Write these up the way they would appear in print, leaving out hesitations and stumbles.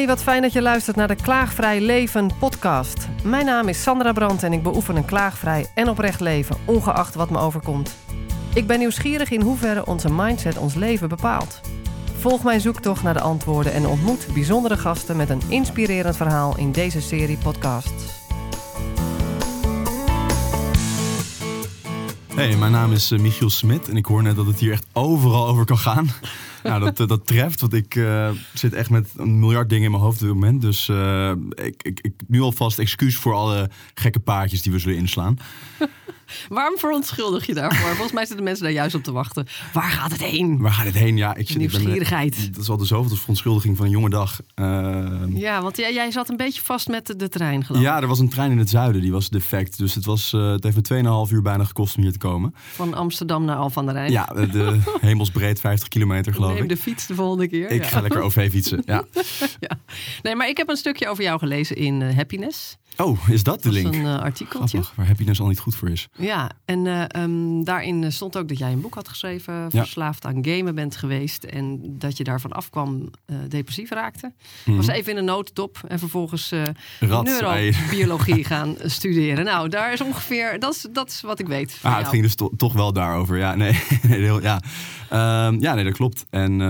wat fijn dat je luistert naar de Klaagvrij Leven podcast. Mijn naam is Sandra Brandt en ik beoefen een klaagvrij en oprecht leven, ongeacht wat me overkomt. Ik ben nieuwsgierig in hoeverre onze mindset ons leven bepaalt. Volg mijn zoektocht naar de antwoorden en ontmoet bijzondere gasten met een inspirerend verhaal in deze serie podcasts. Hey, mijn naam is Michiel Smit en ik hoor net dat het hier echt overal over kan gaan. Nou, dat treft, want ik zit echt met een miljard dingen in mijn hoofd op dit moment. Dus ik nu alvast excuus voor alle gekke paadjes die we zullen inslaan. Waarom verontschuldig je daarvoor? Volgens mij zitten mensen daar juist op te wachten. Waar gaat het heen? Waar gaat het heen? Ja, Nieuwsgierigheid. Dat is al de zoveelste verontschuldiging van een jonge dag. Ja, want jij zat een beetje vast met de trein, geloof ik. Ja, er was een trein in het zuiden, die was defect. Dus het heeft me 2,5 uur bijna gekost om hier te komen. Van Amsterdam naar Alphen aan de Rijn. Ja, de hemelsbreed 50 kilometer geloof ik. Neem de fiets de volgende keer. Ik ga lekker OV fietsen, ja. Ja. Nee, maar ik heb een stukje over jou gelezen in Happiness. Oh, is dat de link? Dat is een artikeltje. Grappig, waar Happiness al niet goed voor is. Ja, en daarin stond ook dat jij een boek had geschreven. Verslaafd aan gamen bent geweest. En dat je daarvan afkwam depressief raakte. Was even in een notendop. En vervolgens neurobiologie gaan studeren. Nou, daar is ongeveer... Dat is wat ik weet. Het ging dus toch wel daarover. Ja, nee, dat klopt. En...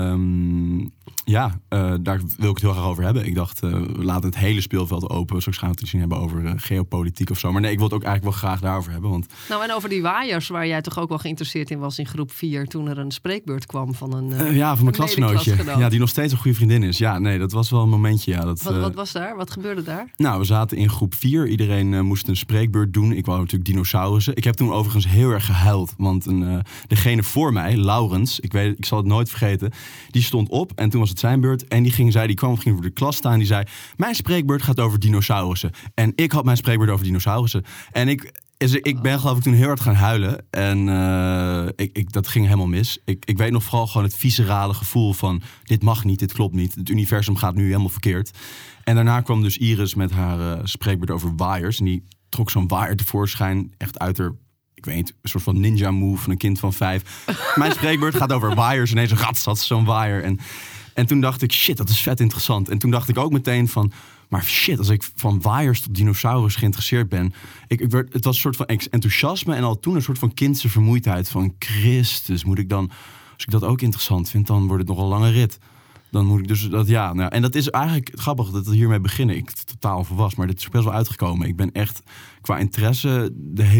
daar wil ik het heel graag over hebben. Ik dacht, we laten het hele speelveld open. Straks gaan we het hebben over geopolitiek of zo. Maar nee, ik wil het ook eigenlijk wel graag daarover hebben. Want... Nou, en over die waaiers, waar jij toch ook wel geïnteresseerd in was in groep 4... toen er een spreekbeurt kwam van een van mijn klasgenootje. Ja, die nog steeds een goede vriendin is. Ja, nee, dat was wel een momentje. Ja, wat was daar? Wat gebeurde daar? Nou, we zaten in groep 4. Iedereen moest een spreekbeurt doen. Ik wou natuurlijk dinosaurussen. Ik heb toen overigens heel erg gehuild. Want degene voor mij, Laurens, ik zal het nooit vergeten... die stond op en toen was het zijn beurt. En die kwam voor de klas staan. Die zei, mijn spreekbeurt gaat over dinosaurussen. En ik had mijn spreekbeurt over dinosaurussen. En ik ben geloof ik toen heel hard gaan huilen. En dat ging helemaal mis. Ik weet nog vooral gewoon het viscerale gevoel van... dit mag niet, dit klopt niet. Het universum gaat nu helemaal verkeerd. En daarna kwam dus Iris met haar spreekbeurt over waaiers. En die trok zo'n waaier tevoorschijn. Echt uit haar... Ik weet niet, een soort van ninja move van een kind van 5. Mijn spreekbeurt gaat over waaiers. Ineens had zo'n waaier. En toen dacht ik, shit, dat is vet interessant. En toen dacht ik ook meteen van... maar shit, als ik van waaiers tot dinosaurus geïnteresseerd ben... het was een soort van enthousiasme... en al toen een soort van kindse vermoeidheid van... Christus, moet ik dan... als ik dat ook interessant vind, dan wordt het nog een lange rit. Dan moet ik dus dat, ja... Nou, en dat is eigenlijk grappig dat we hiermee beginnen. Ik totaal onverwacht, maar dit is best wel uitgekomen. Ik ben echt qua interesse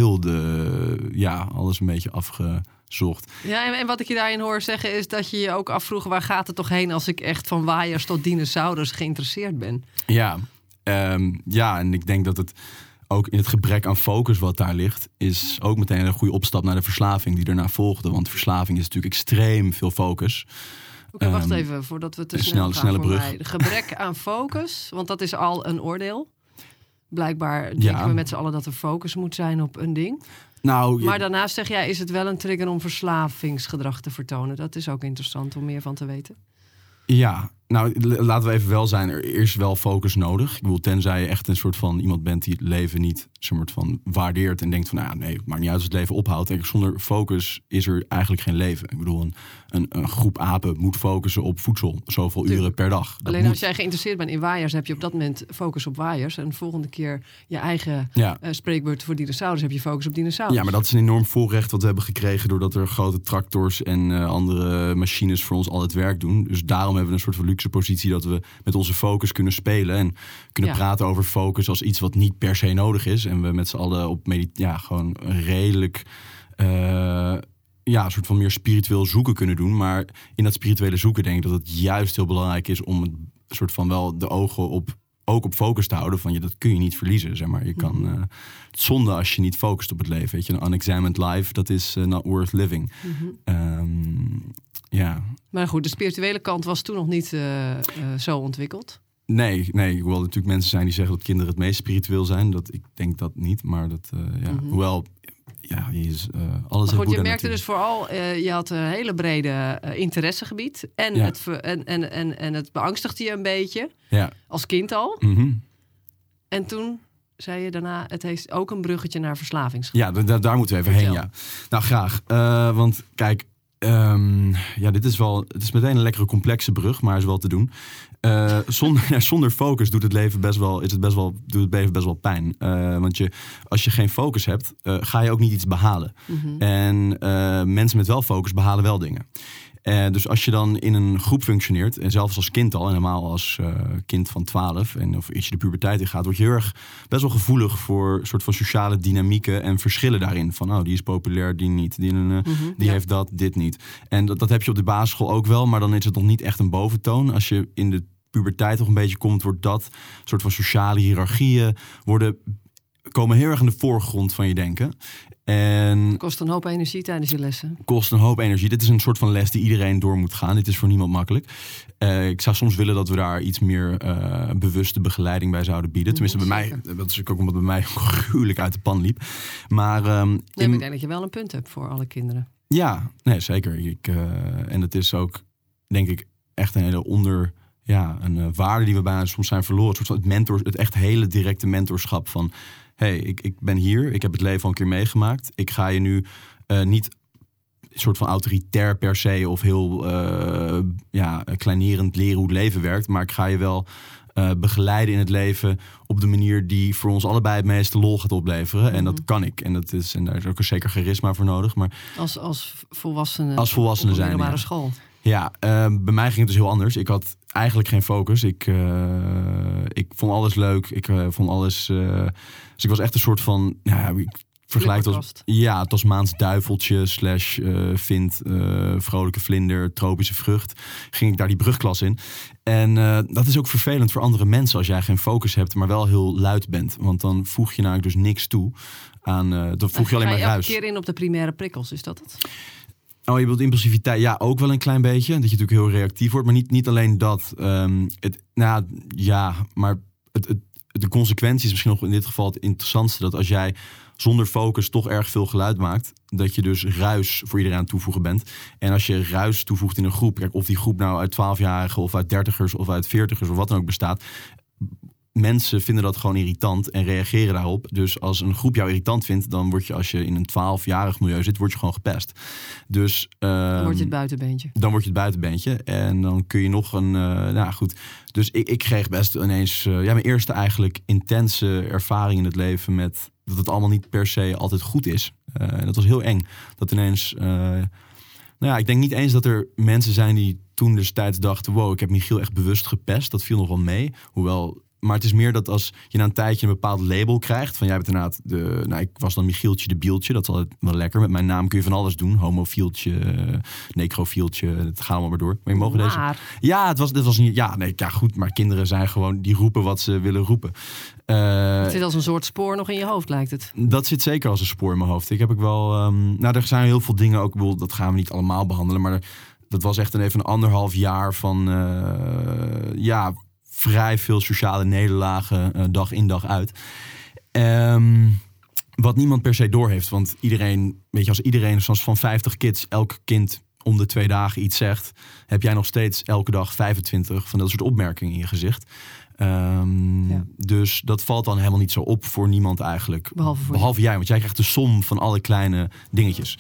alles een beetje afgezocht. Ja, en wat ik je daarin hoor zeggen is dat je je ook afvroeg... waar gaat het toch heen als ik echt van waaiers tot dinosaurus geïnteresseerd ben? Ja, en ik denk dat het ook in het gebrek aan focus wat daar ligt... is ook meteen een goede opstap naar de verslaving die daarna volgde. Want verslaving is natuurlijk extreem veel focus... Oké, wacht even, voordat we te snel gaan voor mij. De gebrek aan focus, want dat is al een oordeel. Blijkbaar denken we met z'n allen dat er focus moet zijn op een ding. Maar daarnaast zeg jij, is het wel een trigger om verslavingsgedrag te vertonen? Dat is ook interessant om meer van te weten. Ja, nou, laten we even wel zijn. Er is wel focus nodig. Ik bedoel, tenzij je echt een soort van iemand bent die het leven niet soort van waardeert en denkt van, nee, het maakt niet uit als het leven ophoudt. En zonder focus is er eigenlijk geen leven. Ik bedoel, een groep apen moet focussen op voedsel, zoveel uren per dag. Alleen als jij geïnteresseerd bent in waaiers, heb je op dat moment focus op waaiers. En de volgende keer je eigen spreekbeurt voor dinosaurus heb je focus op dinosaurus. Ja, maar dat is een enorm voorrecht wat we hebben gekregen doordat er grote tractors en andere machines voor ons al het werk doen. Dus daarom hebben we een soort van luxe positie dat we met onze focus kunnen spelen en kunnen praten over focus als iets wat niet per se nodig is. En we met z'n allen op gewoon redelijk een soort van meer spiritueel zoeken kunnen doen. Maar in dat spirituele zoeken denk ik dat het juist heel belangrijk is om een soort van wel de ogen ook op focus te houden. Van dat kun je niet verliezen, zeg maar. Je kan het zonde als je niet focust op het leven. Weet je, een unexamined life, dat is not worth living. Maar goed, de spirituele kant was toen nog niet zo ontwikkeld. Nee, hoewel er natuurlijk mensen zijn die zeggen dat kinderen het meest spiritueel zijn. Ik denk dat niet, maar hoewel... Ja, alles maar goed, je merkte dus vooral, je had een hele brede interessegebied. En, het beangstigde je een beetje. Ja. Als kind al. Mm-hmm. En toen zei je daarna, het heeft ook een bruggetje naar verslavingsgedrag. Ja, daar moeten we even heen, ja. Nou, graag. Want kijk, Het is meteen een lekkere complexe brug, maar is wel te doen. Zonder focus doet het leven best wel pijn. Want als je geen focus hebt, ga je ook niet iets behalen. Mm-hmm. En mensen met wel focus behalen wel dingen. Dus als je dan in een groep functioneert, en zelfs als kind al, en helemaal als kind van 12, en of als je de puberteit in gaat, word je heel erg best wel gevoelig voor een soort van sociale dynamieken en verschillen daarin. Van, die is populair, die niet. Die heeft dat, dit niet. En dat heb je op de basisschool ook wel, maar dan is het nog niet echt een boventoon. Als je in de puberteit nog een beetje komt, wordt dat soort van sociale hiërarchieën komen heel erg in de voorgrond van je denken. En kost een hoop energie tijdens je lessen. Kost een hoop energie. Dit is een soort van les die iedereen door moet gaan. Dit is voor niemand makkelijk. Ik zou soms willen dat we daar iets meer bewuste begeleiding bij zouden bieden. Tenminste bij mij. Dat is ook omdat bij mij gruwelijk uit de pan liep. Maar ik denk dat je wel een punt hebt voor alle kinderen. Ja, nee, zeker. En het is ook, denk ik, echt een hele een waarde die we bijna soms zijn verloren. Een soort van het echt hele directe mentorschap van, hey, ik ben hier, ik heb het leven al een keer meegemaakt. Ik ga je nu niet een soort van autoritair per se of heel kleinerend leren hoe het leven werkt, maar ik ga je wel begeleiden in het leven op de manier die voor ons allebei het meeste lol gaat opleveren. Mm-hmm. En dat kan ik. En daar is ook een zeker charisma voor nodig. Maar als volwassene. Als volwassene zijn. Middelbare school. Ja, bij mij ging het dus heel anders. Ik had eigenlijk geen focus. Ik vond alles leuk. Ik vond alles. Dus ik was echt een soort van. Ik vergelijk het als Maans duiveltje / vrolijke vlinder, tropische vrucht. Ging ik daar die brugklas in. En dat is ook vervelend voor andere mensen als jij geen focus hebt, maar wel heel luid bent. Want dan voeg je namelijk dus niks toe aan. Dan voeg je alleen maar ruis. Ga je elke keer in op de primaire prikkels, is dat het? Oh, je bedoelt impulsiviteit? Ja, ook wel een klein beetje. Dat je natuurlijk heel reactief wordt. Maar niet alleen dat. Maar de consequentie is misschien nog in dit geval het interessantste. Dat als jij zonder focus toch erg veel geluid maakt, dat je dus ruis voor iedereen aan het toevoegen bent. En als je ruis toevoegt in een groep, kijk, of die groep nou uit 12-jarigen of uit 30ers of uit 40ers of wat dan ook bestaat, mensen vinden dat gewoon irritant en reageren daarop. Dus als een groep jou irritant vindt, dan word je, als je in een 12-jarig milieu zit, word je gewoon gepest. Dus dan word je het buitenbeentje. Dan word je het buitenbeentje. En dan kun je nog een. Goed. Dus ik kreeg best ineens mijn eerste eigenlijk intense ervaring in het leven met dat het allemaal niet per se altijd goed is. En dat was heel eng. Dat ineens. Ik denk niet eens dat er mensen zijn die toen destijds dachten, wow, ik heb Michiel echt bewust gepest. Dat viel nog wel mee. Hoewel. Maar het is meer dat als je na een tijdje een bepaald label krijgt, van jij bent inderdaad ik was dan Michieltje de Bieltje, dat is altijd wel lekker. Met mijn naam kun je van alles doen. Homofieltje, necrofieltje, het gaat allemaal maar door. Maar je mogen deze. Ja, dit was niet. Ja, nee, ja, goed. Maar kinderen zijn gewoon, die roepen wat ze willen roepen. Het zit als een soort spoor nog in je hoofd, lijkt het. Dat zit zeker als een spoor in mijn hoofd. Ik heb ook wel. Er zijn heel veel dingen ook. Dat gaan we niet allemaal behandelen, maar dat was echt even een 1,5 jaar van. Vrij veel sociale nederlagen, dag in dag uit. Wat niemand per se doorheeft. Want iedereen, weet je, als iedereen zoals van 50 kids, elk kind om de 2 dagen iets zegt, heb jij nog steeds elke dag 25 van dat soort opmerkingen in je gezicht. Dus dat valt dan helemaal niet zo op voor niemand eigenlijk. Behalve jij, want jij krijgt de som van alle kleine dingetjes.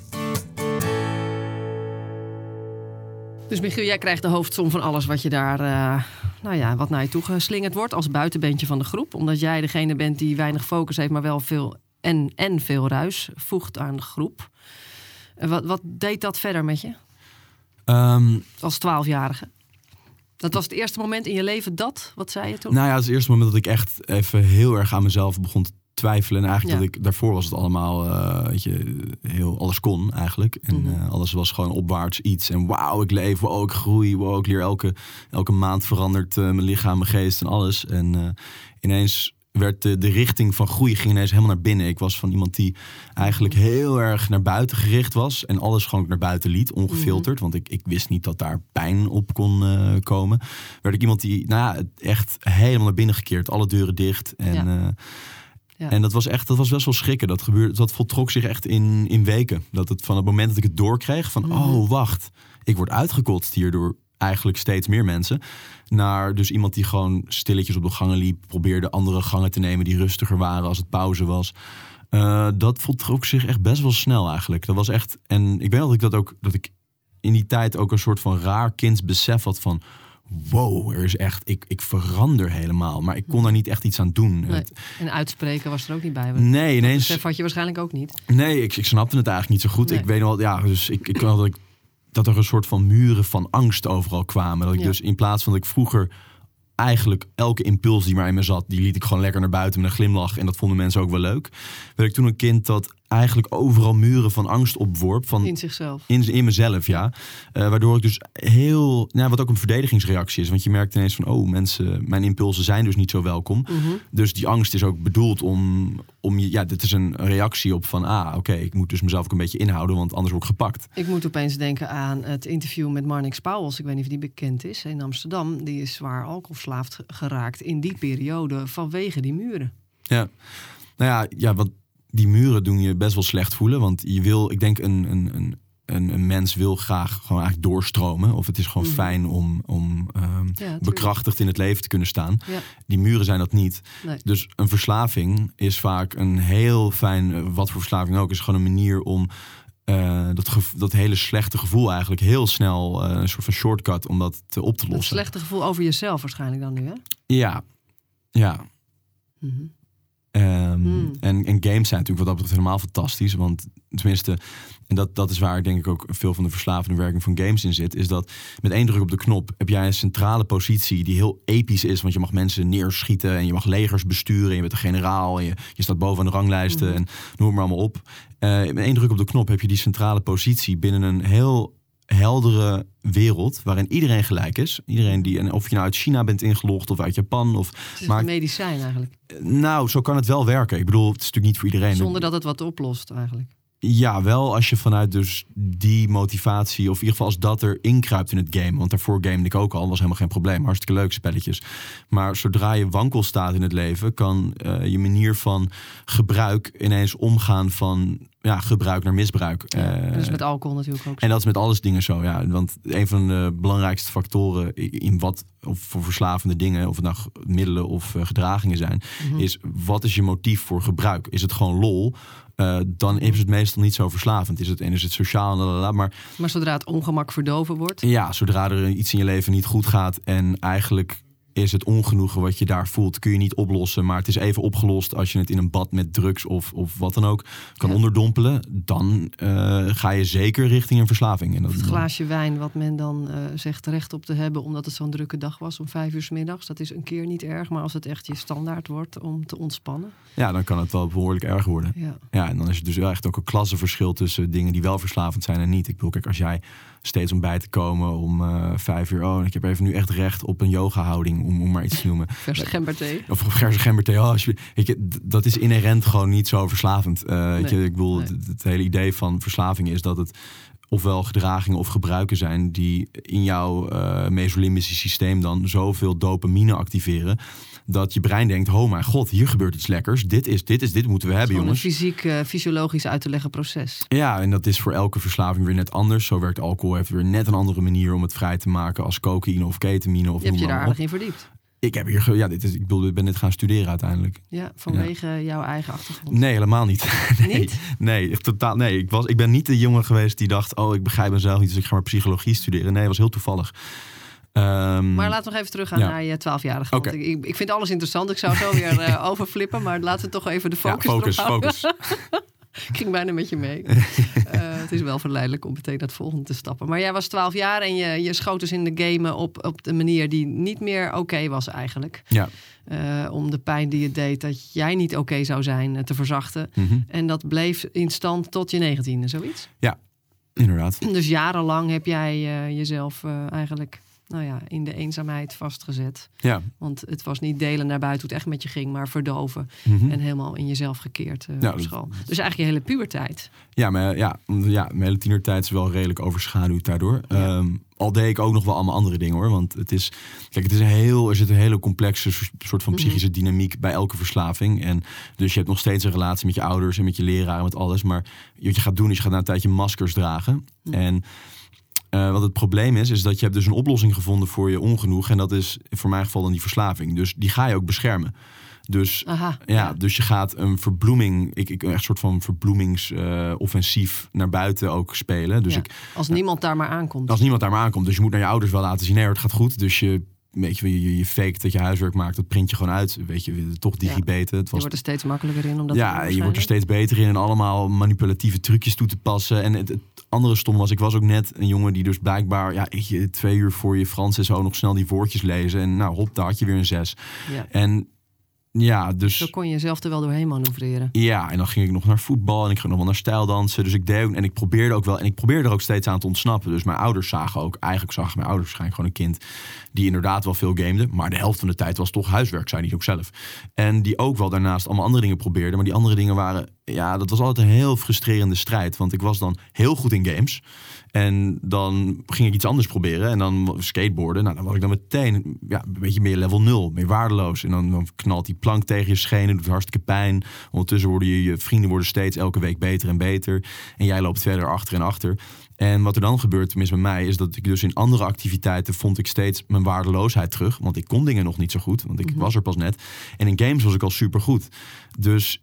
Dus Michiel, jij krijgt de hoofdsom van alles wat je daar, wat naar je toe geslingerd wordt als buitenbeentje van de groep. Omdat jij degene bent die weinig focus heeft, maar wel veel en veel ruis voegt aan de groep. Wat deed dat verder met je? Als 12-jarige? Dat was het eerste moment in je leven wat zei je toen? Nou ja, het is het eerste moment dat ik echt even heel erg aan mezelf begon te twijfelen. En eigenlijk daarvoor was het allemaal, heel alles kon eigenlijk. En alles was gewoon opwaarts iets. En wauw, ik leef, wow, ik groei, wow, ik leer elke maand verandert mijn lichaam, mijn geest en alles. En ineens werd de richting van groei ging ineens helemaal naar binnen. Ik was van iemand die eigenlijk heel erg naar buiten gericht was. En alles gewoon naar buiten liet, ongefilterd. Want ik wist niet dat daar pijn op kon komen. Werd ik iemand die echt helemaal naar binnen gekeerd. Alle deuren dicht. En en dat was best wel schrikken. Dat voltrok zich echt in weken. Dat het van het moment dat ik het doorkreeg van oh wacht, ik word uitgekotst hier door eigenlijk steeds meer mensen. Naar dus iemand die gewoon stilletjes op de gangen liep, probeerde andere gangen te nemen die rustiger waren als het pauze was. Dat voltrok zich echt best wel snel eigenlijk. Dat was echt. En ik weet dat ik in die tijd ook een soort van raar kindsbesef had van... wow, er is echt, ik verander helemaal. Maar ik kon daar niet echt iets aan doen. Nee. En uitspreken was er ook niet bij. Nee, ineens... Dat had je waarschijnlijk ook niet. Nee, ik snapte het eigenlijk niet zo goed. Nee. Ik weet nog wel, dus ik dat er een soort van muren van angst overal kwamen. Dat ik dus in plaats van dat ik vroeger... eigenlijk elke impuls die maar in me zat... die liet ik gewoon lekker naar buiten met een glimlach. En dat vonden mensen ook wel leuk. Werd ik toen een kind dat eigenlijk overal muren van angst opworp. In zichzelf. In mezelf, ja. Waardoor ik dus heel... wat ook een verdedigingsreactie is. Want je merkt ineens van... mensen, mijn impulsen zijn dus niet zo welkom. Mm-hmm. Dus die angst is ook bedoeld om dit is een reactie op van... oké, ik moet dus mezelf ook een beetje inhouden... want anders word ik gepakt. Ik moet opeens denken aan het interview met Marnix Pauwels. Ik weet niet of die bekend is. In Amsterdam. Die is zwaar alcoholverslaafd geraakt in die periode... vanwege die muren. Ja, want die muren doen je best wel slecht voelen. Want je wil, ik denk, een mens wil graag gewoon eigenlijk doorstromen. Of het is gewoon fijn om bekrachtigd in het leven te kunnen staan. Ja. Die muren zijn dat niet. Nee. Dus een verslaving is vaak een heel fijn... wat voor verslaving ook, is gewoon een manier om... dat hele slechte gevoel eigenlijk heel snel... een soort van shortcut om dat op te lossen. Het slechte gevoel over jezelf waarschijnlijk dan nu, hè? Ja. Mm-hmm. En games zijn natuurlijk wat dat betreft helemaal fantastisch. Want tenminste, en dat is waar denk ik ook veel van de verslavende werking van games in zit. Is dat met 1 druk op de knop heb jij een centrale positie die heel episch is. Want je mag mensen neerschieten en je mag legers besturen. En je bent een generaal en je staat bovenaan de ranglijsten en noem maar allemaal op. Met 1 druk op de knop heb je die centrale positie binnen een heel heldere wereld waarin iedereen gelijk is. Iedereen die, en of je nou uit China bent ingelogd of uit Japan. Het is een medicijn eigenlijk. Nou, zo kan het wel werken. Ik bedoel, het is natuurlijk niet voor iedereen. Zonder dat het wat oplost eigenlijk. Ja, wel als je vanuit dus die motivatie... of in ieder geval als dat er inkruipt in het game... want daarvoor gamede ik ook al, was helemaal geen probleem. Hartstikke leuk spelletjes. Maar zodra je wankel staat in het leven... kan je manier van gebruik ineens omgaan van... gebruik naar misbruik. Dat is met alcohol natuurlijk ook zo. En dat is met alles dingen zo, ja. Want een van de belangrijkste factoren... in wat of voor verslavende dingen... of het nou middelen of gedragingen zijn... is wat is je motief voor gebruik? Is het gewoon lol... dan is het meestal niet zo verslavend. Is het sociaal, maar zodra het ongemak verdoven wordt? Ja, zodra er iets in je leven niet goed gaat... en eigenlijk is het ongenoegen wat je daar voelt... kun je niet oplossen, maar het is even opgelost... als je het in een bad met drugs of wat dan ook kan onderdompelen... dan ga je zeker richting een verslaving. En dat, het glaasje wijn wat men dan zegt recht op te hebben... omdat het zo'n drukke dag was om 5 uur 's middags... dat is een keer niet erg, maar als het echt je standaard wordt om te ontspannen... Ja, dan kan het wel behoorlijk erg worden. Ja, en dan is het dus wel echt ook een klassenverschil... tussen dingen die wel verslavend zijn en niet. Ik bedoel, kijk, als jij steeds om bij te komen om 5 uur... ik heb even nu echt recht op een yoga-houding... om maar iets te noemen. Verse gemberthee. Of verse gemberthee. Dat is inherent gewoon niet zo verslavend. Ik bedoel, het hele idee van verslaving is dat het... ofwel gedragingen of gebruiken zijn... die in jouw mesolimbische systeem dan zoveel dopamine activeren... dat je brein denkt, oh mijn god, hier gebeurt iets lekkers. Dit moeten we hebben, jongens. Een fysiek, fysiologisch uit te leggen proces. Ja, en dat is voor elke verslaving weer net anders. Zo werkt alcohol, heeft weer net een andere manier om het vrij te maken... als cocaïne of ketamine. Of je hebt je daar aardig in verdiept. Ik heb hier, ik ben net gaan studeren uiteindelijk. Ja, vanwege jouw eigen achtergrond? Nee, helemaal niet. Nee, totaal. Nee, ik ben niet de jongen geweest die dacht, ik begrijp mezelf niet, dus ik ga maar psychologie studeren. Nee, dat was heel toevallig. Maar laten we nog even teruggaan naar je 12-jarige. Okay. Ik vind alles interessant. Ik zou zo weer overflippen, maar laten we toch even de focus focus. Ik ging bijna met je mee. Het is wel verleidelijk om meteen naar het volgende te stappen. Maar jij was 12 jaar en je schoot dus in de gamen op de manier die niet meer oké was eigenlijk. Ja. Om de pijn die je deed, dat jij niet oké zou zijn, te verzachten. Mm-hmm. En dat bleef in stand tot je 19e, zoiets? Ja, inderdaad. Dus jarenlang heb jij jezelf eigenlijk... in de eenzaamheid vastgezet. Ja. Want het was niet delen naar buiten hoe het echt met je ging... maar verdoven en helemaal in jezelf gekeerd op school. Dus eigenlijk je hele puberteit. Ja, mijn hele tienertijd is wel redelijk overschaduwd daardoor. Ja. Al deed ik ook nog wel allemaal andere dingen, hoor. Want er zit een hele complexe soort van psychische dynamiek... bij elke verslaving. En dus je hebt nog steeds een relatie met je ouders... en met je leraar en met alles. Maar wat je gaat doen is je gaat na een tijdje maskers dragen. En... wat het probleem is dat je hebt dus een oplossing gevonden voor je ongenoeg. En dat is voor mijn geval dan die verslaving. Dus die ga je ook beschermen. Dus, dus je gaat een verbloeming... Ik echt een soort van verbloemingsoffensief naar buiten ook spelen. Dus als niemand daar maar aankomt. Als niemand daar maar aankomt. Dus je moet naar je ouders wel laten zien... nee, het gaat goed. Dus je fake dat je huiswerk maakt, dat print je gewoon uit. Weet je, toch digibeten. Je wordt er steeds makkelijker in. Omdat je wordt er steeds beter in en allemaal manipulatieve trucjes toe te passen. En het andere stom was, ik was ook net een jongen die dus blijkbaar... 2 uur voor je Frans en zo nog snel die woordjes lezen. En nou, hop, daar had je weer een 6. Ja. En dus... Zo kon je jezelf er wel doorheen manoeuvreren. Ja, en dan ging ik nog naar voetbal en ik ging nog wel naar stijldansen. Dus ik deed en ik probeerde ook wel. En ik probeerde er ook steeds aan te ontsnappen. Dus mijn ouders zagen ook... Eigenlijk zagen mijn ouders waarschijnlijk gewoon een kind... die inderdaad wel veel gamede. Maar de helft van de tijd was toch huiswerk, zei hij ook zelf. En die ook wel daarnaast allemaal andere dingen probeerde. Maar die andere dingen waren... Ja, dat was altijd een heel frustrerende strijd. Want ik was dan heel goed in games... En dan ging ik iets anders proberen. En dan skateboarden. Nou, dan was ik dan meteen een beetje meer level 0. Meer waardeloos. En dan knalt die plank tegen je schenen. Doet hartstikke pijn. Ondertussen worden je vrienden worden steeds elke week beter en beter. En jij loopt verder achter en achter. En wat er dan gebeurt, tenminste bij mij... is dat ik dus in andere activiteiten vond ik steeds mijn waardeloosheid terug. Want ik kon dingen nog niet zo goed. Want ik was er pas net. En in games was ik al supergoed. Dus...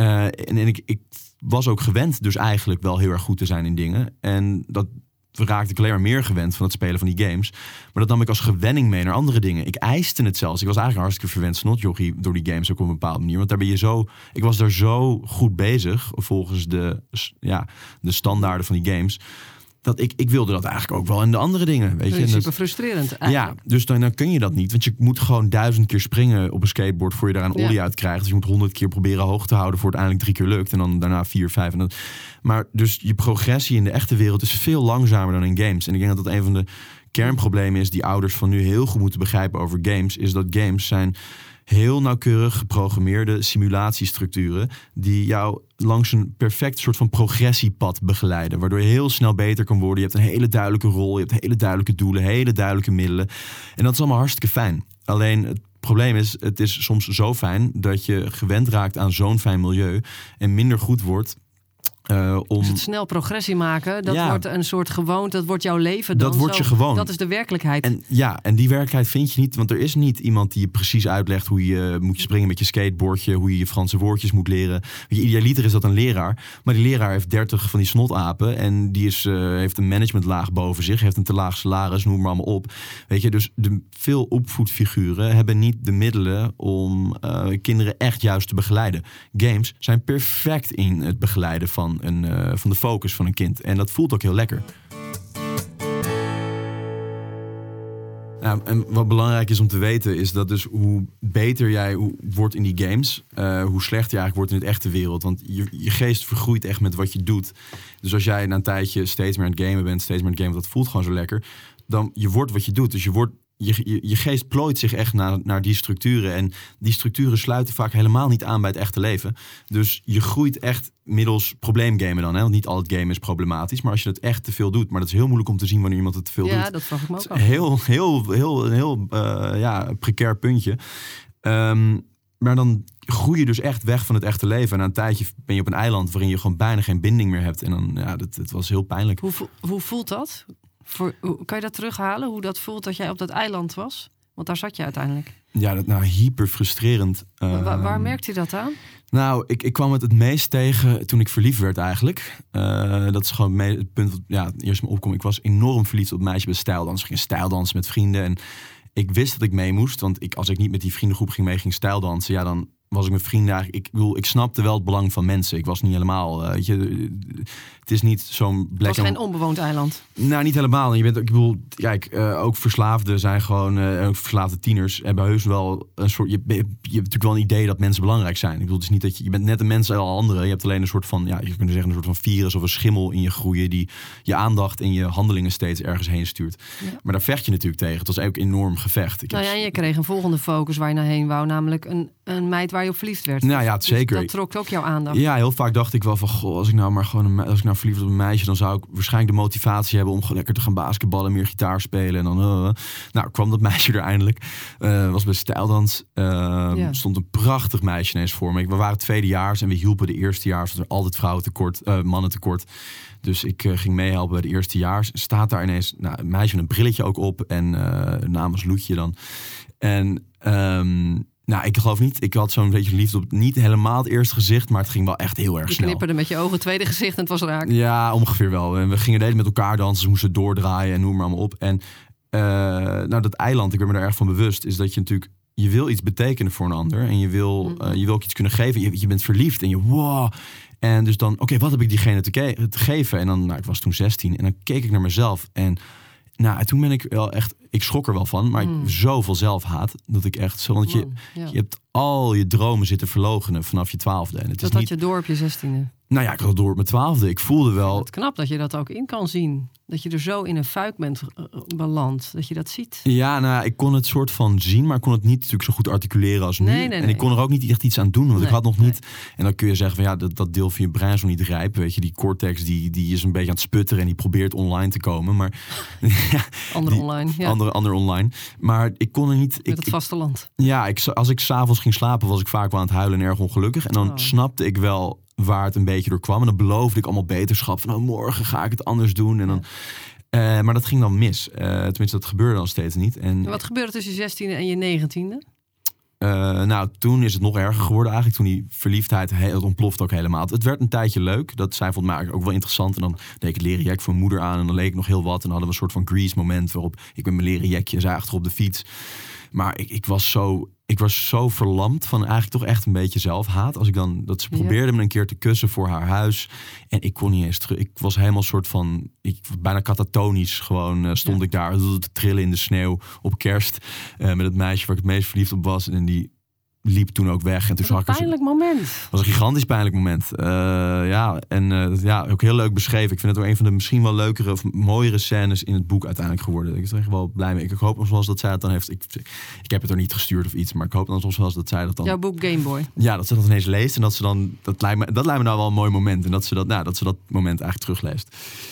ik was ook gewend dus eigenlijk wel heel erg goed te zijn in dingen. En dat raakte ik alleen maar meer gewend van het spelen van die games. Maar dat nam ik als gewenning mee naar andere dingen. Ik eiste het zelfs. Ik was eigenlijk een hartstikke verwend snotjochie door die games ook op een bepaalde manier. Want daar ben je zo... Ik was daar zo goed bezig volgens de standaarden van die games... dat ik wilde dat eigenlijk ook wel in de andere dingen. Weet je? Dat is super frustrerend eigenlijk. Ja, dus dan kun je dat niet. Want je moet gewoon 1000 keer springen op een skateboard... voor je daar een olie uit krijgt. Dus je moet 100 keer proberen hoog te houden... voor het uiteindelijk 3 keer lukt. En dan daarna 4, 5. Maar dus je progressie in de echte wereld... is veel langzamer dan in games. En ik denk dat dat een van de kernproblemen is... die ouders van nu heel goed moeten begrijpen over games... is dat games zijn... heel nauwkeurig geprogrammeerde simulatiestructuren... die jou langs een perfect soort van progressiepad begeleiden. Waardoor je heel snel beter kan worden. Je hebt een hele duidelijke rol, je hebt hele duidelijke doelen... hele duidelijke middelen. En dat is allemaal hartstikke fijn. Alleen het probleem is, het is soms zo fijn... dat je gewend raakt aan zo'n fijn milieu... en minder goed wordt... Dus het snel progressie maken, dat wordt een soort gewoonte, dat wordt jouw leven dan. Dat wordt je gewoon. Dat is de werkelijkheid. En die werkelijkheid vind je niet, want er is niet iemand die je precies uitlegt hoe je moet springen met je skateboardje, hoe je je Franse woordjes moet leren. Idealiter is dat een leraar, maar die leraar heeft 30 van die snotapen en die heeft een managementlaag boven zich, heeft een te laag salaris, noem maar allemaal op. Weet je, dus veel opvoedfiguren hebben niet de middelen om kinderen echt juist te begeleiden. Games zijn perfect in het begeleiden van de focus van een kind. En dat voelt ook heel lekker. Nou, en wat belangrijk is om te weten... is dat dus hoe beter jij wordt in die games... hoe slechter je eigenlijk wordt in het echte wereld. Want je geest vergroeit echt met wat je doet. Dus als jij na een tijdje steeds meer aan het gamen bent... steeds meer aan het gamen, dat voelt gewoon zo lekker... dan je wordt wat je doet. Dus je geest plooit zich echt naar die structuren. En die structuren sluiten vaak helemaal niet aan bij het echte leven. Dus je groeit echt middels probleemgamen dan. Hè? Want niet al het gamen is problematisch. Maar als je het echt te veel doet. Maar dat is heel moeilijk om te zien wanneer iemand het te veel doet. Ja, dat vraag ik me ook af. Heel precair puntje. Maar dan groei je dus echt weg van het echte leven. En na een tijdje ben je op een eiland waarin je gewoon bijna geen binding meer hebt. En dan, het was heel pijnlijk. Hoe voelt dat? Kan je dat terughalen? Hoe dat voelt dat jij op dat eiland was? Want daar zat je uiteindelijk. Ja, hyper frustrerend. Waar merkte je dat aan? Nou, ik kwam het meest tegen toen ik verliefd werd eigenlijk. Dat is gewoon het punt wat eerst me opkwam. Ik was enorm verliefd op het meisje bij stijldans. Ik ging stijldansen met vrienden. En ik wist dat ik mee moest. Want als ik niet met die vriendengroep ging stijldansen... dan was ik met vrienden eigenlijk... Ik snapte wel het belang van mensen. Ik was niet helemaal... het is niet zo'n... Het was geen onbewoond eiland. Nou, niet helemaal. Ook verslaafden zijn gewoon... ook verslaafde tieners hebben heus wel een soort... Je hebt natuurlijk wel een idee dat mensen belangrijk zijn. Het is niet dat je bent net een mens als alle anderen. Je hebt alleen een soort van... je kunt zeggen een soort van virus of een schimmel in je groeien... die je aandacht en je handelingen steeds ergens heen stuurt. Ja. Maar daar vecht je natuurlijk tegen. Het was ook een enorm gevecht. En je kreeg een volgende focus waar je naar heen wou. Namelijk een meid waar je op verliefd werd. Nou ja, dus zeker. Dat trok ook jouw aandacht. Ja, heel vaak dacht ik wel van... als ik nou verliefd op een meisje... dan zou ik waarschijnlijk de motivatie hebben... om gewoon lekker te gaan basketballen, meer gitaar spelen. En dan kwam dat meisje er eindelijk. Was bij stijldans. Stond een prachtig meisje ineens voor me. We waren tweedejaars en we hielpen de eerstejaars. Er altijd mannen tekort. Dus ik ging meehelpen bij de eerstejaars. Staat daar ineens een meisje met een brilletje ook op. En naam was Loetje dan. En... Nou, ik geloof niet. Ik had zo'n beetje liefde op niet helemaal het eerste gezicht, maar het ging wel echt heel erg snel. Je knipperde met je ogen, tweede gezicht en het was raak. Ja, ongeveer wel. En we gingen de hele met elkaar dansen, ze moesten doordraaien en noem maar allemaal op. En dat eiland, ik ben me daar erg van bewust, is dat je natuurlijk, je wil iets betekenen voor een ander en je wil ook iets kunnen geven. Je bent verliefd en je wow. En dus dan, oké, wat heb ik diegene te geven? En dan, ik was toen 16 en dan keek ik naar mezelf en toen ben ik wel echt, ik schrok er wel van, maar ik zoveel zelfhaat dat ik echt zo, want je hebt al je dromen zitten verloochenen vanaf je 12e. En het dat is had niet, je door op je 16e? Nou ja, ik had het door op mijn 12e. Ik voelde wel. Het knap dat je dat ook in kan zien. Dat je er zo in een fuik bent beland. Dat je dat ziet. Ja, ik kon het soort van zien, maar ik kon het niet natuurlijk zo goed articuleren als nu. En ik kon er ook niet echt iets aan doen, want ik had nog niet. En dan kun je zeggen van dat deel van je brein is nog niet rijp. Weet je, die cortex die is een beetje aan het sputteren en die probeert online te komen. Maar Ander online. Maar ik kon er niet. Met het vasteland. Ja, als ik 's avonds ging slapen, was ik vaak wel aan het huilen en erg ongelukkig. En dan snapte ik wel waar het een beetje door kwam. En dan beloofde ik allemaal beterschap. Van morgen ga ik het anders doen. En dan, maar dat ging dan mis. Tenminste, dat gebeurde dan steeds niet. En wat gebeurde tussen je 16e en je 19e? Toen is het nog erger geworden eigenlijk. Toen die verliefdheid, het ontploft ook helemaal. Het werd een tijdje leuk. Dat zij vond mij ook wel interessant. En dan deed ik het leren jack voor mijn moeder aan. En dan leek ik nog heel wat. En dan hadden we een soort van Grease moment waarop ik met mijn leren jackje zij achter op de fiets. Maar ik was zo verlamd van eigenlijk toch echt een beetje zelfhaat. Als ik dan, dat ze probeerde me een keer te kussen voor haar huis. En ik kon niet eens terug. Ik was helemaal soort van, bijna catatonisch gewoon stond ik daar te trillen in de sneeuw op kerst. Met het meisje waar ik het meest verliefd op was. En die liep toen ook weg. En toen zag ik een pijnlijk moment. Het was een gigantisch pijnlijk moment. Ook heel leuk beschreven. Ik vind het ook een van de misschien wel leukere of mooiere scènes in het boek uiteindelijk geworden. Ik ben er echt wel blij mee. Ik hoop nog wel eens dat zij het dan heeft. Ik heb het er niet gestuurd of iets, maar ik hoop dan soms wel eens dat zij dat dan. Jouw boek Game Boy. Ja, dat ze dat ineens leest en dat ze dan. Dat lijkt me nou wel een mooi moment. En dat ze dat moment eigenlijk terugleest.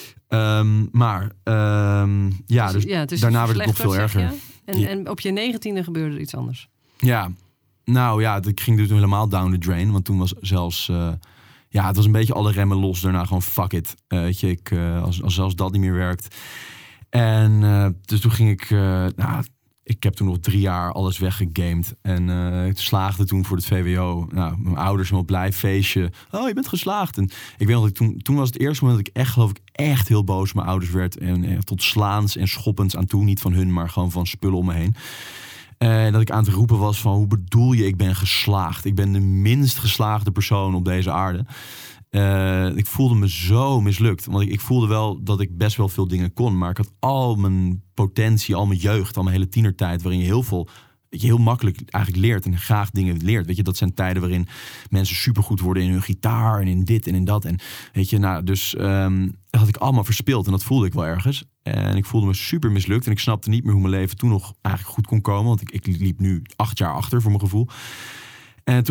Dus daarna werd het nog veel erger. En op je 19e gebeurde er iets anders. Ja. Nou ja, ik ging dus helemaal down the drain. Want toen was zelfs het was een beetje alle remmen los. Daarna gewoon fuck it. Weet je, als zelfs dat niet meer werkt. En dus toen ging ik. Ik heb toen nog 3 jaar alles weggegamed. En ik slaagde toen voor het VWO. Mijn ouders een blij feestje. Oh, je bent geslaagd. En ik weet nog dat toen was het eerste moment dat ik echt, geloof ik, echt heel boos op mijn ouders werd. En tot slaans en schoppends aan toe. Niet van hun, maar gewoon van spullen om me heen. Dat ik aan het roepen was van, hoe bedoel je, ik ben geslaagd. Ik ben de minst geslaagde persoon op deze aarde. Ik voelde me zo mislukt. Want ik voelde wel dat ik best wel veel dingen kon. Maar ik had al mijn potentie, al mijn jeugd, al mijn hele tienertijd, waarin je heel makkelijk eigenlijk leert en graag dingen leert. Weet je, dat zijn tijden waarin mensen supergoed worden in hun gitaar en in dit en in dat. En weet je, dat had ik allemaal verspeeld en dat voelde ik wel ergens. En ik voelde me super mislukt en ik snapte niet meer hoe mijn leven toen nog eigenlijk goed kon komen. Want ik liep nu 8 jaar achter voor mijn gevoel. En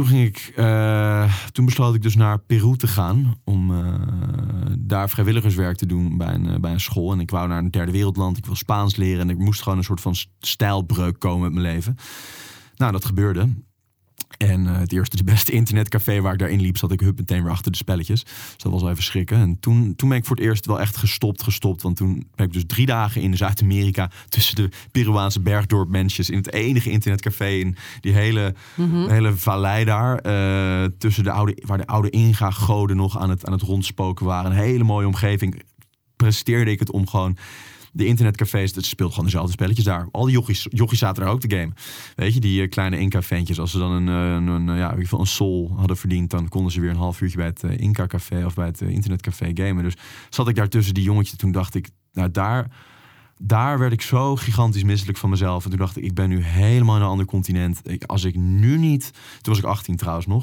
toen besloot ik dus naar Peru te gaan om daar vrijwilligerswerk te doen bij een school. En ik wou naar een derde wereldland. Ik wil Spaans leren en ik moest gewoon een soort van stijlbreuk komen met mijn leven. Nou, dat gebeurde. En het eerste, de beste internetcafé waar ik daarin liep, zat ik meteen weer achter de spelletjes. Dus dat was wel even schrikken. En toen ben ik voor het eerst wel echt gestopt. Want toen ben ik dus 3 dagen in Zuid-Amerika tussen de Peruaanse bergdorpmensjes in het enige internetcafé in die hele vallei daar. Tussen waar de oude Inga-goden nog aan het rondspoken waren. Een hele mooie omgeving. Presteerde ik het om gewoon de internetcafés, dat speelt gewoon dezelfde spelletjes daar. Al die jochies zaten daar ook te gamen. Weet je, die kleine Inca-ventjes. Als ze dan een sol hadden verdiend, dan konden ze weer een half uurtje bij het Inca-café of bij het internetcafé gamen. Dus zat ik daar tussen die jongetjes. Toen dacht ik, nou daar werd ik zo gigantisch misselijk van mezelf. En toen dacht ik ben nu helemaal in een ander continent. Toen was ik 18 trouwens nog.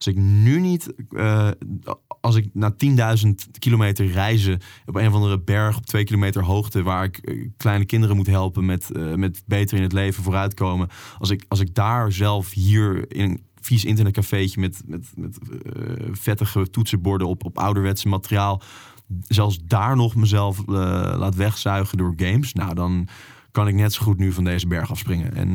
Als ik na 10.000 kilometer reizen op een of andere berg op 2 kilometer hoogte, waar ik kleine kinderen moet helpen met beter in het leven vooruitkomen. Als ik daar zelf hier in een vies internetcafeetje met vettige toetsenborden op ouderwetse materiaal, zelfs daar nog mezelf laat wegzuigen door games. Nou, dan kan ik net zo goed nu van deze berg afspringen. En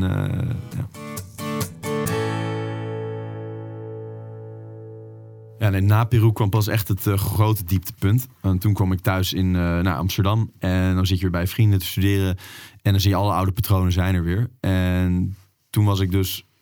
na Peru kwam pas echt het grote dieptepunt. En toen kwam ik thuis in Amsterdam. En dan zit je weer bij vrienden te studeren. En dan zie je alle oude patronen zijn er weer. En toen was ik dus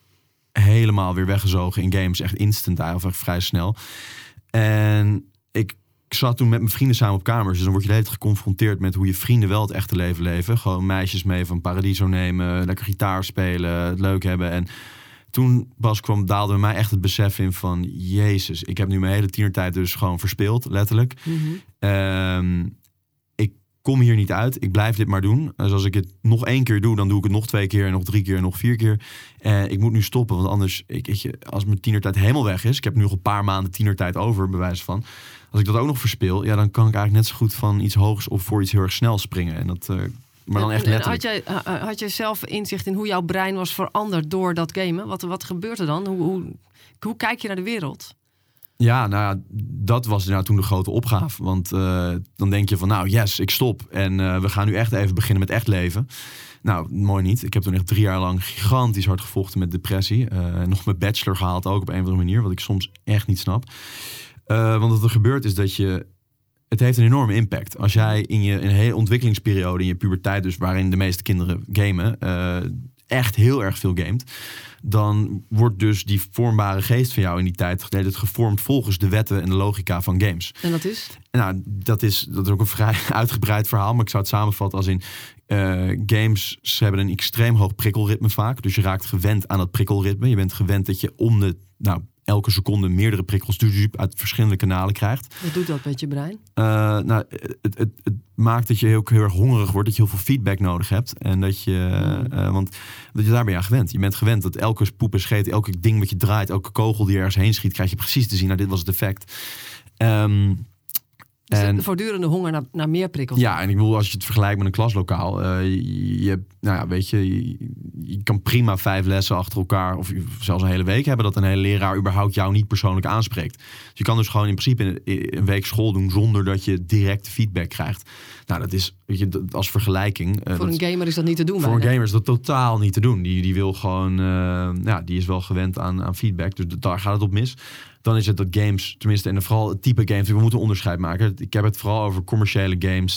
helemaal weer weggezogen in games. Echt instant eigenlijk, vrij snel. En ik zat toen met mijn vrienden samen op kamers. Dus dan word je de hele tijd geconfronteerd met hoe je vrienden wel het echte leven leven. Gewoon meisjes mee van Paradiso nemen, lekker gitaar spelen, het leuk hebben. En toen daalde bij mij echt het besef in van... Jezus, ik heb nu mijn hele tienertijd dus gewoon verspeeld, letterlijk. Mm-hmm. Ik kom hier niet uit. Ik blijf dit maar doen. Dus als ik het nog 1 keer doe, dan doe ik het nog 2 keer... en nog 3 keer en nog 4 keer. Ik moet nu stoppen, want anders... als mijn tienertijd helemaal weg is... ik heb nu nog een paar maanden tienertijd over, bij wijze van... als ik dat ook nog verspeel... ja, dan kan ik eigenlijk net zo goed van iets hoogs... of voor iets heel erg snel springen. En dat... maar dan echt letterlijk. Had jij zelf inzicht in hoe jouw brein was veranderd door dat gamen? Wat gebeurt er dan? Hoe kijk je naar de wereld? Ja, nou, dat was toen de grote opgave. Want dan denk je van, nou, yes, ik stop. En we gaan nu echt even beginnen met echt leven. Nou, mooi niet. Ik heb toen echt 3 jaar lang gigantisch hard gevochten met depressie. Nog mijn bachelor gehaald ook op een of andere manier. Wat ik soms echt niet snap. Want wat er gebeurt is dat het heeft een enorme impact. Als jij in een hele ontwikkelingsperiode, in je puberteit dus, waarin de meeste kinderen gamen, echt heel erg veel gamet, dan wordt dus die vormbare geest van jou in die tijd gevormd volgens de wetten en de logica van games. En dat is? Nou, dat is ook een vrij uitgebreid verhaal, maar ik zou het samenvatten als in games, ze hebben een extreem hoog prikkelritme vaak. Dus je raakt gewend aan dat prikkelritme. Je bent gewend dat je elke seconde meerdere prikkels uit verschillende kanalen krijgt. Wat doet dat met je brein? Het maakt dat je heel erg hongerig wordt, dat je heel veel feedback nodig hebt. En dat je, want daar ben je aan gewend. Je bent gewend dat elke poep en scheet, elke ding wat je draait, elke kogel die ergens heen schiet, krijg je precies te zien. Nou, dit was het effect. Dus de voortdurende honger naar meer prikkels. Ja, en ik bedoel, als je het vergelijkt met een klaslokaal, je kan prima 5 lessen achter elkaar, of zelfs een hele week hebben, dat een hele leraar überhaupt jou niet persoonlijk aanspreekt. Dus je kan dus gewoon in principe een week school doen zonder dat je direct feedback krijgt. Nou, dat is, weet je, als vergelijking. Voor een gamer is dat niet te doen. Voor een gamer is dat totaal niet te doen. Die wil gewoon, die is wel gewend aan feedback. Dus daar gaat het op mis. Dan is het dat games, tenminste, en vooral het type games, we moeten een onderscheid maken. Ik heb het vooral over commerciële games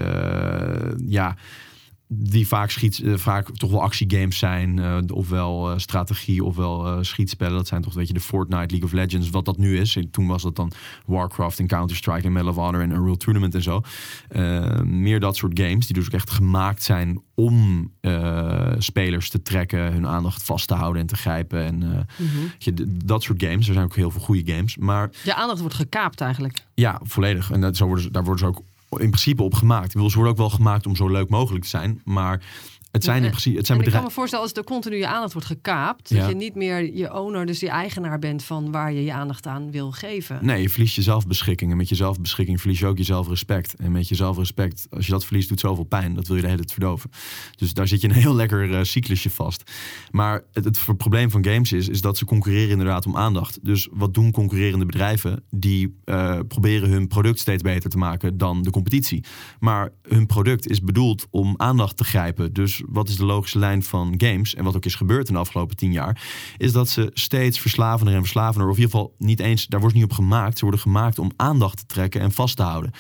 die vaak toch wel actiegames zijn, ofwel strategie, ofwel schietspellen. Dat zijn toch, weet je, de Fortnite, League of Legends, wat dat nu is. En toen was dat dan Warcraft en Counter-Strike en Medal of Honor en Unreal Tournament en zo. Meer dat soort games, die dus ook echt gemaakt zijn om spelers te trekken, hun aandacht vast te houden en te grijpen. En dat soort games. Er zijn ook heel veel goede games. Maar je aandacht wordt gekaapt eigenlijk. Ja, volledig. En daar worden ze ook in principe op gemaakt. Ze worden ook wel gemaakt om zo leuk mogelijk te zijn, maar het zijn in principe bedrijven. Ik kan me voorstellen, als er continu je aandacht wordt gekaapt, dat je niet meer je owner, dus je eigenaar bent van waar je aandacht aan wil geven. Nee, je verliest je zelfbeschikking. En met je zelfbeschikking verlies je ook je zelfrespect. En met je zelfrespect, als je dat verliest, doet zoveel pijn. Dat wil je de hele tijd verdoven. Dus daar zit je een heel lekker cyclusje vast. Maar het probleem van games is dat ze concurreren inderdaad om aandacht. Dus wat doen concurrerende bedrijven? Die proberen hun product steeds beter te maken dan de competitie. Maar hun product is bedoeld om aandacht te grijpen. Dus wat is de logische lijn van games? En wat ook is gebeurd in de afgelopen 10 jaar, is dat ze steeds verslavender en verslavender, of in ieder geval niet eens, daar wordt niet op gemaakt. Ze worden gemaakt om aandacht te trekken en vast te houden.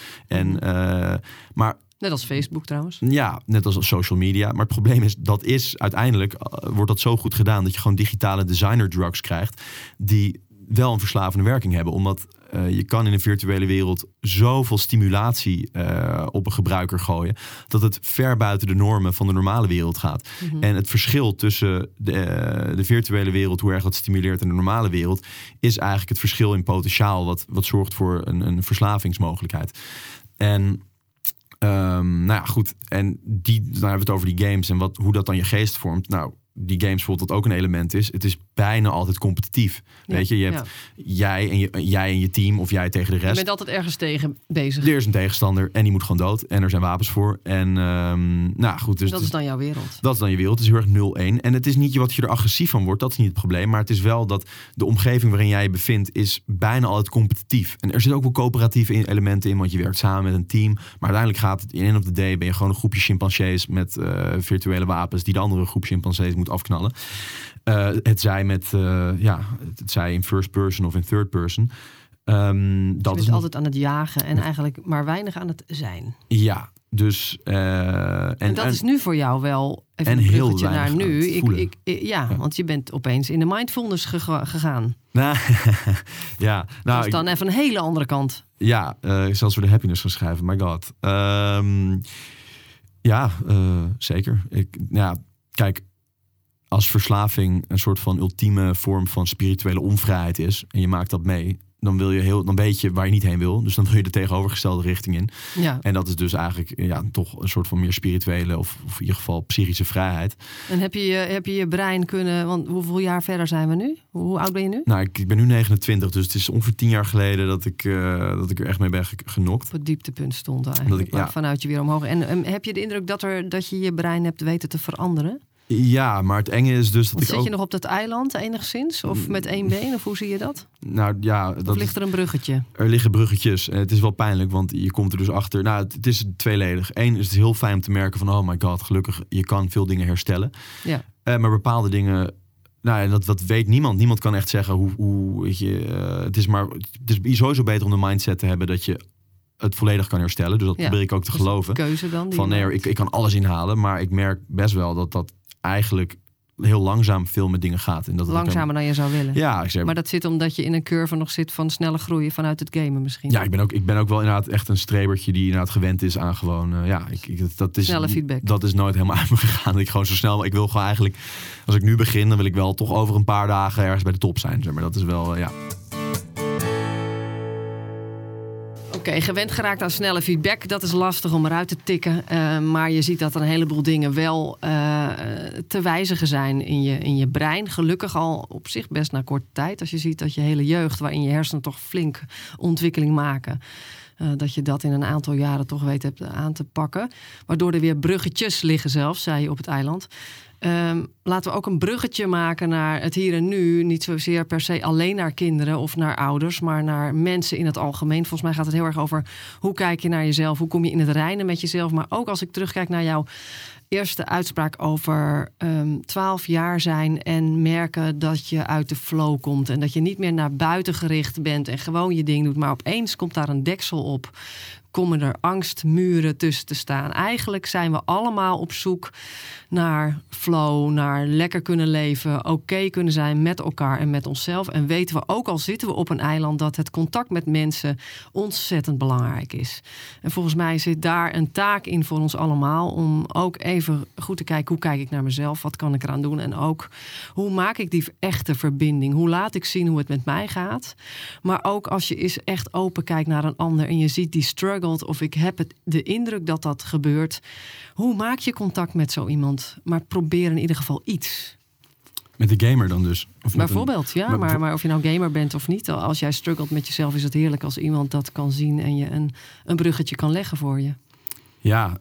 Maar net als Facebook trouwens. Ja, net als social media. Maar het probleem is, uiteindelijk wordt dat zo goed gedaan dat je gewoon digitale designer drugs krijgt die wel een verslavende werking hebben. Omdat je kan in een virtuele wereld zoveel stimulatie op een gebruiker gooien, dat het ver buiten de normen van de normale wereld gaat. Mm-hmm. En het verschil tussen de virtuele wereld, hoe erg dat stimuleert, en de normale wereld, is eigenlijk het verschil in potentiaal, wat zorgt voor een verslavingsmogelijkheid. En goed. En dan hebben we het over die games en hoe dat dan je geest vormt. Nou, die games bijvoorbeeld, wat ook een element is, het is bijna altijd competitief. Ja, weet je hebt jij en je team, of jij tegen de rest. Je bent altijd ergens tegen bezig. Er is een tegenstander en die moet gewoon dood. En er zijn wapens voor. En goed. Dus dat is dan jouw wereld. Dat is dan je wereld. Het is heel erg 0-1. En het is niet wat je er agressief van wordt. Dat is niet het probleem. Maar het is wel dat de omgeving waarin jij je bevindt is bijna altijd competitief. En er zitten ook wel coöperatieve elementen in, want je werkt samen met een team. Maar uiteindelijk gaat het in end of the day, ben je gewoon een groepje chimpansees met virtuele wapens die de andere groep chimpansees moet afknallen. Het zij in first person of in third person. Dat is altijd aan het jagen en eigenlijk maar weinig aan het zijn. Ja, Dus, en dat is nu voor jou wel even een bruggetje naar nu. Want je bent opeens in de mindfulness gegaan. Ja, dat is dan even een hele andere kant. Ja, zelfs voor de happiness gaan schrijven. My god. Zeker. Kijk, als verslaving een soort van ultieme vorm van spirituele onvrijheid is en je maakt dat mee, dan weet je waar je niet heen wil. Dus dan wil je de tegenovergestelde richting in. Ja. En dat is dus eigenlijk toch een soort van meer spirituele of in ieder geval psychische vrijheid. En heb je je brein kunnen... Want hoeveel jaar verder zijn we nu? Hoe oud ben je nu? Nou, ik ben nu 29, dus het is ongeveer 10 jaar geleden dat ik er echt mee ben genokt. Op het dieptepunt stond eigenlijk. Vanuit je weer omhoog. En heb je de indruk dat je je brein hebt weten te veranderen? Ja, maar het enge is dus dat zit je nog op dat eiland enigszins? Of met één been? Of hoe zie je dat? Nou ja... Of ligt er een bruggetje? Er liggen bruggetjes. En het is wel pijnlijk, want je komt er dus achter... Nou, het is tweeledig. Eén is het heel fijn om te merken van... Oh my god, gelukkig, je kan veel dingen herstellen. Ja. Maar bepaalde dingen... Nou, en dat weet niemand. Niemand kan echt zeggen hoe weet je... Het is sowieso beter om de mindset te hebben dat je het volledig kan herstellen. Dus dat probeer ik ook te geloven. Keuze dan? Van nee, ik kan alles inhalen. Maar ik merk best wel dat eigenlijk heel langzaam veel met dingen gaat. En dat langzamer dan je zou willen. Ja, maar dat zit omdat je in een curve nog zit van snelle groei vanuit het gamen misschien. Ja, ik ben ook wel inderdaad echt een strebertje die inderdaad gewend is aan gewoon... snelle feedback. Dat is nooit helemaal uit me gegaan. Ik gewoon zo snel... Ik wil gewoon eigenlijk... Als ik nu begin, dan wil ik wel toch over een paar dagen ergens bij de top zijn. Zeg maar dat is wel, Oké, gewend geraakt aan snelle feedback. Dat is lastig om eruit te tikken. Maar je ziet dat er een heleboel dingen wel te wijzigen zijn in je brein. Gelukkig al op zich best na korte tijd. Als je ziet dat je hele jeugd, waarin je hersenen toch flink ontwikkeling maken... dat je dat in een aantal jaren toch weet hebt aan te pakken. Waardoor er weer bruggetjes liggen zelfs, zei je op het eiland. Laten we ook een bruggetje maken naar het hier en nu. Niet zozeer per se alleen naar kinderen of naar ouders... maar naar mensen in het algemeen. Volgens mij gaat het heel erg over hoe kijk je naar jezelf... hoe kom je in het reinen met jezelf. Maar ook als ik terugkijk naar jouw eerste uitspraak over 12 jaar zijn... en merken dat je uit de flow komt... en dat je niet meer naar buiten gericht bent en gewoon je ding doet... maar opeens komt daar een deksel op... komen er angstmuren tussen te staan. Eigenlijk zijn we allemaal op zoek naar flow, naar lekker kunnen leven, oké kunnen zijn met elkaar en met onszelf. En weten we ook al zitten we op een eiland dat het contact met mensen ontzettend belangrijk is. En volgens mij zit daar een taak in voor ons allemaal om ook even goed te kijken hoe kijk ik naar mezelf, wat kan ik eraan doen en ook hoe maak ik die echte verbinding, hoe laat ik zien hoe het met mij gaat. Maar ook als je eens echt open kijkt naar een ander en je ziet die struggle of ik heb de indruk dat dat gebeurt. Hoe maak je contact met zo iemand? Maar probeer in ieder geval iets. Met de gamer dan dus? Of bijvoorbeeld, maar of je nou gamer bent of niet. Als jij struggelt met jezelf is het heerlijk als iemand dat kan zien... en je een bruggetje kan leggen voor je. Ja,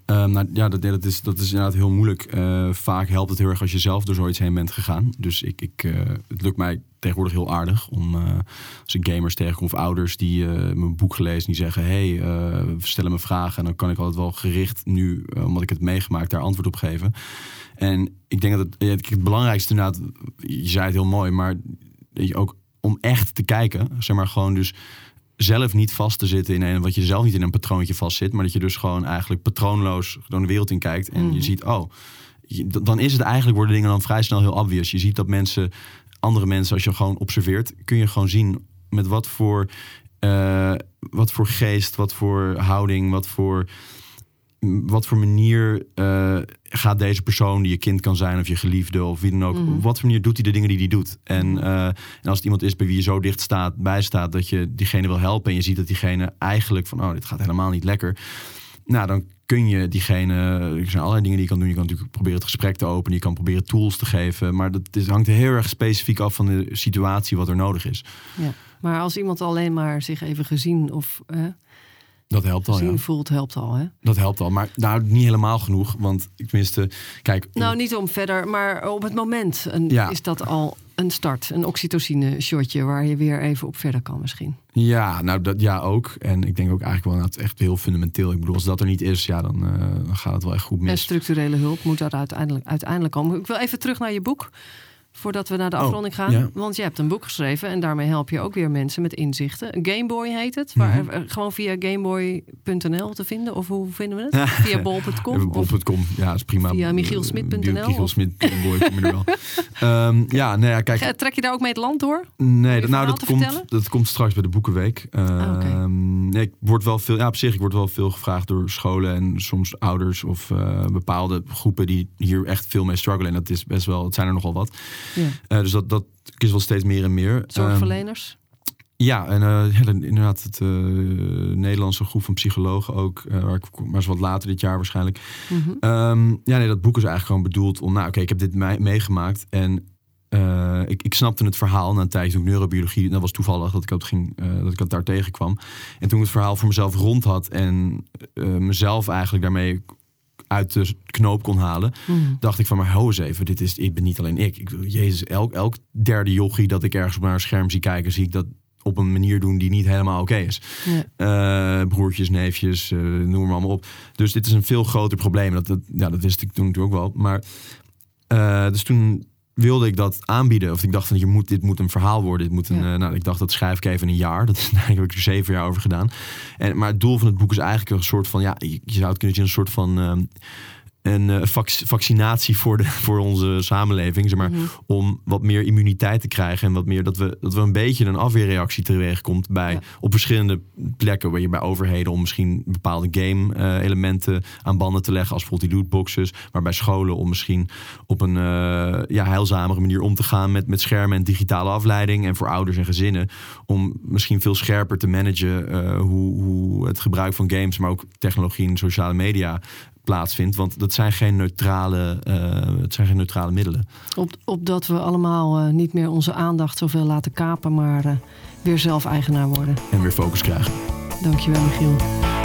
dat is inderdaad heel moeilijk. Vaak helpt het heel erg als je zelf door zoiets heen bent gegaan. Dus het lukt mij tegenwoordig heel aardig om als ik gamers tegenkom of ouders die mijn boek gelezen die zeggen: stellen me vragen en dan kan ik altijd wel gericht nu, omdat ik het meegemaakt, daar antwoord op geven. En ik denk dat het belangrijkste inderdaad, je zei het heel mooi, maar weet je, ook om echt te kijken, zeg maar gewoon dus zelf niet vast te zitten in wat je zelf niet in een patroontje vastzit, maar dat je dus gewoon eigenlijk patroonloos door de wereld in kijkt en je ziet, dan is het eigenlijk, worden dingen dan vrij snel heel obvious. Je ziet dat andere mensen, als je gewoon observeert, kun je gewoon zien met wat voor geest, wat voor houding, wat voor manier gaat deze persoon, die je kind kan zijn of je geliefde of wie dan ook, op wat voor manier doet hij de dingen die hij doet. En als het iemand is bij wie je zo dicht bij staat dat je diegene wil helpen en je ziet dat diegene eigenlijk van, dit gaat helemaal niet lekker. Nou, dan kun je diegene, er zijn allerlei dingen die je kan doen. Je kan natuurlijk proberen het gesprek te openen, je kan proberen tools te geven, maar hangt heel erg specifiek af van de situatie wat er nodig is. Ja, maar als iemand alleen maar zich even gezien of dat helpt al, gezien voelt, helpt al, hè? Dat helpt al, maar niet helemaal genoeg. Want tenminste, kijk... Nou, niet om verder, maar op het moment is dat al een start. Een oxytocine-shotje waar je weer even op verder kan misschien. Ja, nou dat ook. En ik denk ook eigenlijk wel dat het echt heel fundamenteel. Ik bedoel, als dat er niet is, dan gaat het wel echt goed mis. En structurele hulp moet daar uiteindelijk komen. Ik wil even terug naar je boek. Voordat we naar de afronding gaan. Ja. Want je hebt een boek geschreven en daarmee help je ook weer mensen met inzichten. Gameboy heet het. Waar, gewoon via gameboy.nl te vinden. Of hoe vinden we het? Via bol.com? Bol.com, ja, is prima. Via michielsmit.nl? Michielsmit, Gameboy, kom je er wel. Kijk. Trek je daar ook mee het land door? Nee, dat komt straks bij de Boekenweek. Ik word wel veel gevraagd door scholen en soms ouders of bepaalde groepen die hier echt veel mee struggelen. En dat is best wel, het zijn er nogal wat. Ja. Dus dat is wel steeds meer en meer. Zorgverleners? Ja, en inderdaad het Nederlandse groep van psychologen ook. Maar is wat later dit jaar waarschijnlijk. Dat boek is eigenlijk gewoon bedoeld om... ik heb dit meegemaakt en ik snapte het verhaal na een tijdje toen ik neurobiologie... Dat was toevallig dat ik het daar tegenkwam. En toen ik het verhaal voor mezelf rond had en mezelf eigenlijk daarmee uit de knoop kon halen, dacht ik van, maar hou eens even, ik ben niet alleen ik. Jezus, elk derde jochie dat ik ergens op naar een scherm zie kijken, zie ik dat op een manier doen die niet helemaal oké is. Ja. Broertjes, neefjes, noem maar allemaal op. Dus dit is een veel groter probleem. Dat wist ik toen natuurlijk ook wel. Maar dus toen wilde ik dat aanbieden. Of ik dacht van, dit moet een verhaal worden. Ik dacht, dat schrijf ik even in een jaar. Daar heb ik er 7 jaar over gedaan. Maar het doel van het boek is eigenlijk een soort van, je zou het kunnen zien, een soort van een vaccinatie voor onze samenleving, zeg maar, om wat meer immuniteit te krijgen en wat meer dat we een beetje een afweerreactie teweeg komt op verschillende plekken, waar je bij overheden om misschien bepaalde game elementen aan banden te leggen, als bijvoorbeeld die lootboxes, maar bij scholen om misschien op een heilzamere manier om te gaan met schermen en digitale afleiding, en voor ouders en gezinnen om misschien veel scherper te managen hoe het gebruik van games, maar ook technologie en sociale media plaatsvindt, want dat zijn geen neutrale middelen. Opdat we allemaal niet meer onze aandacht zoveel laten kapen, maar weer zelf eigenaar worden. En weer focus krijgen. Dankjewel, Michiel.